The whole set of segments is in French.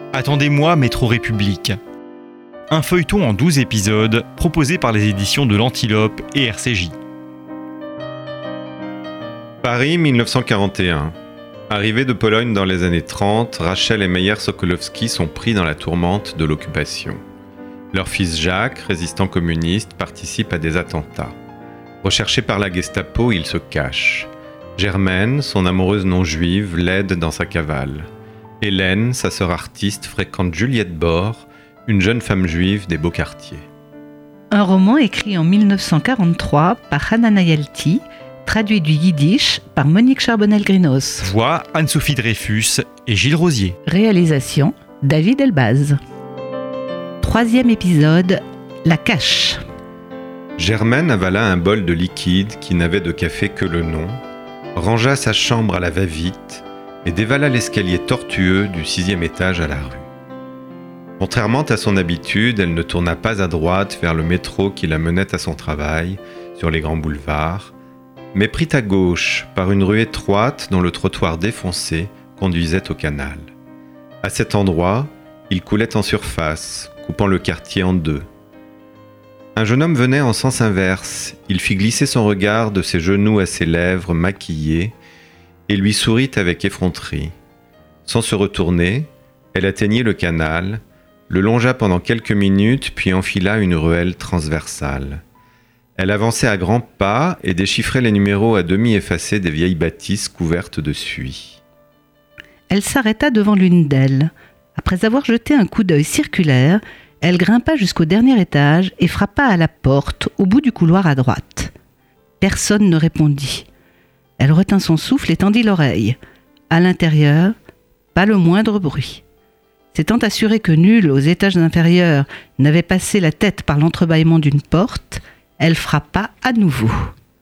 Attendez-moi, Métro République. Un feuilleton en 12 épisodes proposé par les éditions de l'Antilope et RCJ. Paris 1941. Arrivée de Pologne dans les années 30, Rachel et Meyer Sokolowski sont pris dans la tourmente de l'occupation. Leur fils Jacques, résistant communiste, participe à des attentats. Recherché par la Gestapo, il se cache. Germaine, son amoureuse non juive, l'aide dans sa cavale. Hélène, sa sœur artiste, fréquente Juliette Bor, une jeune femme juive des beaux quartiers. Un roman écrit en 1943 par Hanna Nayalti, traduit du yiddish par Monique Charbonnel-Grinos. Voix Anne-Sophie Dreyfus et Gilles Rosier. Réalisation David Elbaz. 3e épisode, La Cache. Germaine avala un bol de liquide qui n'avait de café que le nom, rangea sa chambre à la va-vite et dévala l'escalier tortueux du 6e étage à la rue. Contrairement à son habitude, elle ne tourna pas à droite vers le métro qui la menait à son travail, sur les grands boulevards, mais prit à gauche par une rue étroite dont le trottoir défoncé conduisait au canal. À cet endroit, il coulait en surface, coupant le quartier en deux. Un jeune homme venait en sens inverse. Il fit glisser son regard de ses genoux à ses lèvres maquillées et lui sourit avec effronterie. Sans se retourner, elle atteignit le canal, le longea pendant quelques minutes puis enfila une ruelle transversale. Elle avançait à grands pas et déchiffrait les numéros à demi effacés des vieilles bâtisses couvertes de suie. Elle s'arrêta devant l'une d'elles. Après avoir jeté un coup d'œil circulaire, elle grimpa jusqu'au dernier étage et frappa à la porte au bout du couloir à droite. Personne ne répondit. Elle retint son souffle et tendit l'oreille. À l'intérieur, pas le moindre bruit. S'étant assurée que nul aux étages inférieurs n'avait passé la tête par l'entrebâillement d'une porte, elle frappa à nouveau.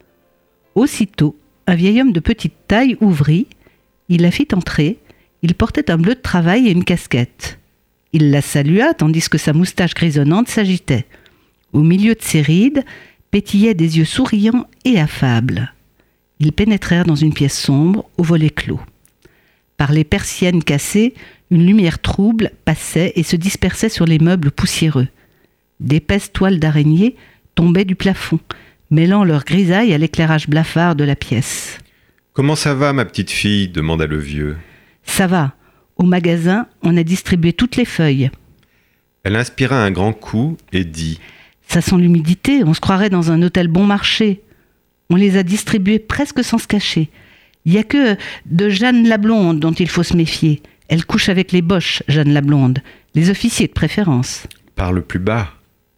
Aussitôt, un vieil homme de petite taille ouvrit. Il la fit entrer. Il portait un bleu de travail et une casquette. Il la salua tandis que sa moustache grisonnante s'agitait. Au milieu de ses rides, pétillaient des yeux souriants et affables. Ils pénétrèrent dans une pièce sombre, aux volets clos. Par les persiennes cassées, une lumière trouble passait et se dispersait sur les meubles poussiéreux. D'épaisses toiles d'araignée tombaient du plafond, mêlant leur grisaille à l'éclairage blafard de la pièce. « Comment ça va, ma petite fille ?» demanda le vieux. « Ça va. Au magasin, on a distribué toutes les feuilles. » Elle inspira un grand coup et dit « Ça sent l'humidité, on se croirait dans un hôtel bon marché. On les a distribuées presque sans se cacher. Il n'y a que de Jeanne la Blonde dont il faut se méfier. Elle couche avec les boches, Jeanne la Blonde, les officiers de préférence. » « Parle plus bas. »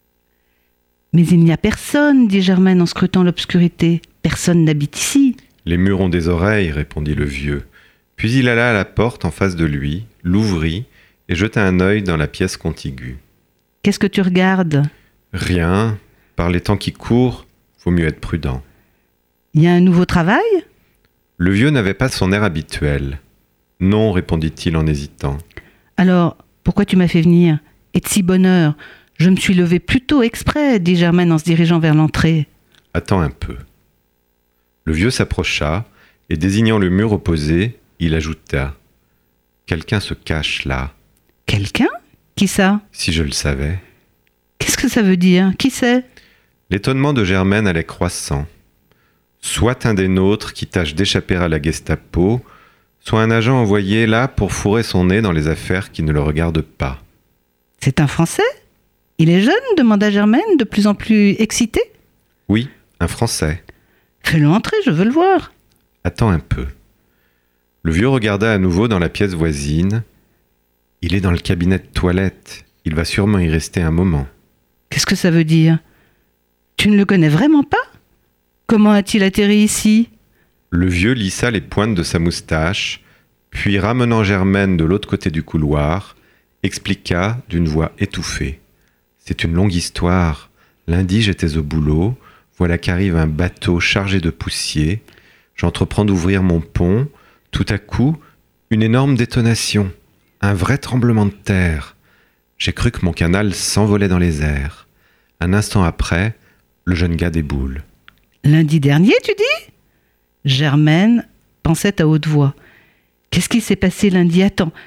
« Mais il n'y a personne, dit Germaine en scrutant l'obscurité. Personne n'habite ici. » « Les murs ont des oreilles, répondit le vieux. Puis il alla à la porte en face de lui, l'ouvrit et jeta un œil dans la pièce contiguë. « Qu'est-ce que tu regardes ?»« Rien. Par les temps qui courent, faut mieux être prudent. »« Il y a un nouveau travail ?» Le vieux n'avait pas son air habituel. « Non, répondit-il en hésitant. »« Alors, pourquoi tu m'as fait venir ? Et de si bonne heure ? Je me suis levé plus tôt exprès, dit Germaine en se dirigeant vers l'entrée. »« Attends un peu. » Le vieux s'approcha et désignant le mur opposé, il ajouta « Quelqu'un se cache là. »« Quelqu'un ? Qui ça ? » ?»« Si je le savais. » »« Qu'est-ce que ça veut dire ? Qui c'est ?» L'étonnement de Germaine allait croissant. Soit un des nôtres qui tâche d'échapper à la Gestapo, soit un agent envoyé là pour fourrer son nez dans les affaires qui ne le regardent pas. « C'est un Français ? Il est jeune ?» demanda Germaine, de plus en plus excitée. « Oui, un Français. »« Fais-le entrer, je veux le voir. »« Attends un peu. » Le vieux regarda à nouveau dans la pièce voisine. « Il est dans le cabinet de toilette. Il va sûrement y rester un moment. »« Qu'est-ce que ça veut dire ? Tu ne le connais vraiment pas ? Comment a-t-il atterri ici ?» Le vieux lissa les pointes de sa moustache, puis ramenant Germaine de l'autre côté du couloir, expliqua d'une voix étouffée. « C'est une longue histoire. Lundi, j'étais au boulot. Voilà qu'arrive un bateau chargé de poussier. J'entreprends d'ouvrir mon pont. Tout à coup, une énorme détonation. Un vrai tremblement de terre. J'ai cru que mon canal s'envolait dans les airs. Un instant après, le jeune gars déboule. »« Lundi dernier, tu dis ?» Germaine pensait à haute voix. « Qu'est-ce qui s'est passé lundi ? Attends,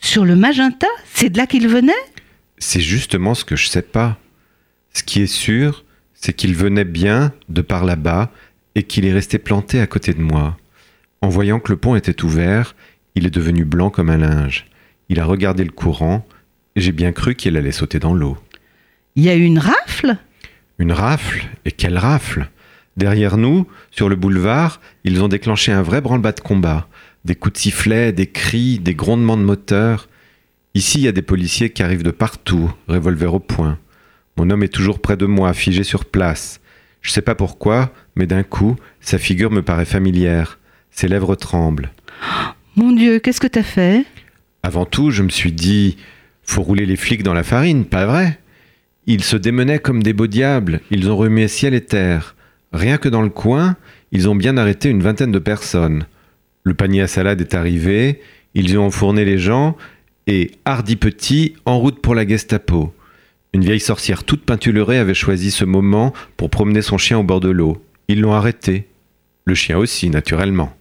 Sur le magenta? C'est de là qu'il venait? C'est justement ce que je sais pas. Ce qui est sûr, c'est qu'il venait bien de par là-bas et qu'il est resté planté à côté de moi. En voyant que le pont était ouvert, il est devenu blanc comme un linge. Il a regardé le courant et j'ai bien cru qu'il allait sauter dans l'eau. Il y a eu une rafle? Une rafle? Et quelle rafle! Derrière nous, sur le boulevard, ils ont déclenché un vrai branle-bas de combat. Des coups de sifflet, des cris, des grondements de moteur. Ici, il y a des policiers qui arrivent de partout, revolver au poing. Mon homme est toujours près de moi, figé sur place. Je sais pas pourquoi, mais d'un coup, sa figure me paraît familière. Ses lèvres tremblent. Mon Dieu, qu'est-ce que t'as fait? Avant tout, je me suis dit, faut rouler les flics dans la farine, pas vrai? Ils se démenaient comme des beaux diables, ils ont remué ciel et terre. Rien que dans le coin, ils ont bien arrêté une vingtaine de personnes. Le panier à salade est arrivé, ils y ont enfourné les gens, et, hardi petit, en route pour la Gestapo. Une vieille sorcière toute peintulerée avait choisi ce moment pour promener son chien au bord de l'eau. Ils l'ont arrêté. Le chien aussi, naturellement.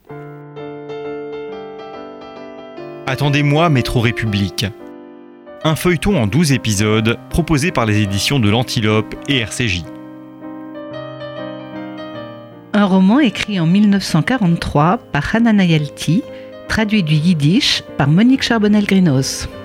Attendez-moi, Métro République. Un feuilleton en 12 épisodes proposé par les éditions de l'Antilope et RCJ. Un roman écrit en 1943 par Hannah Nayalti, traduit du yiddish par Monique Charbonnel-Grinos.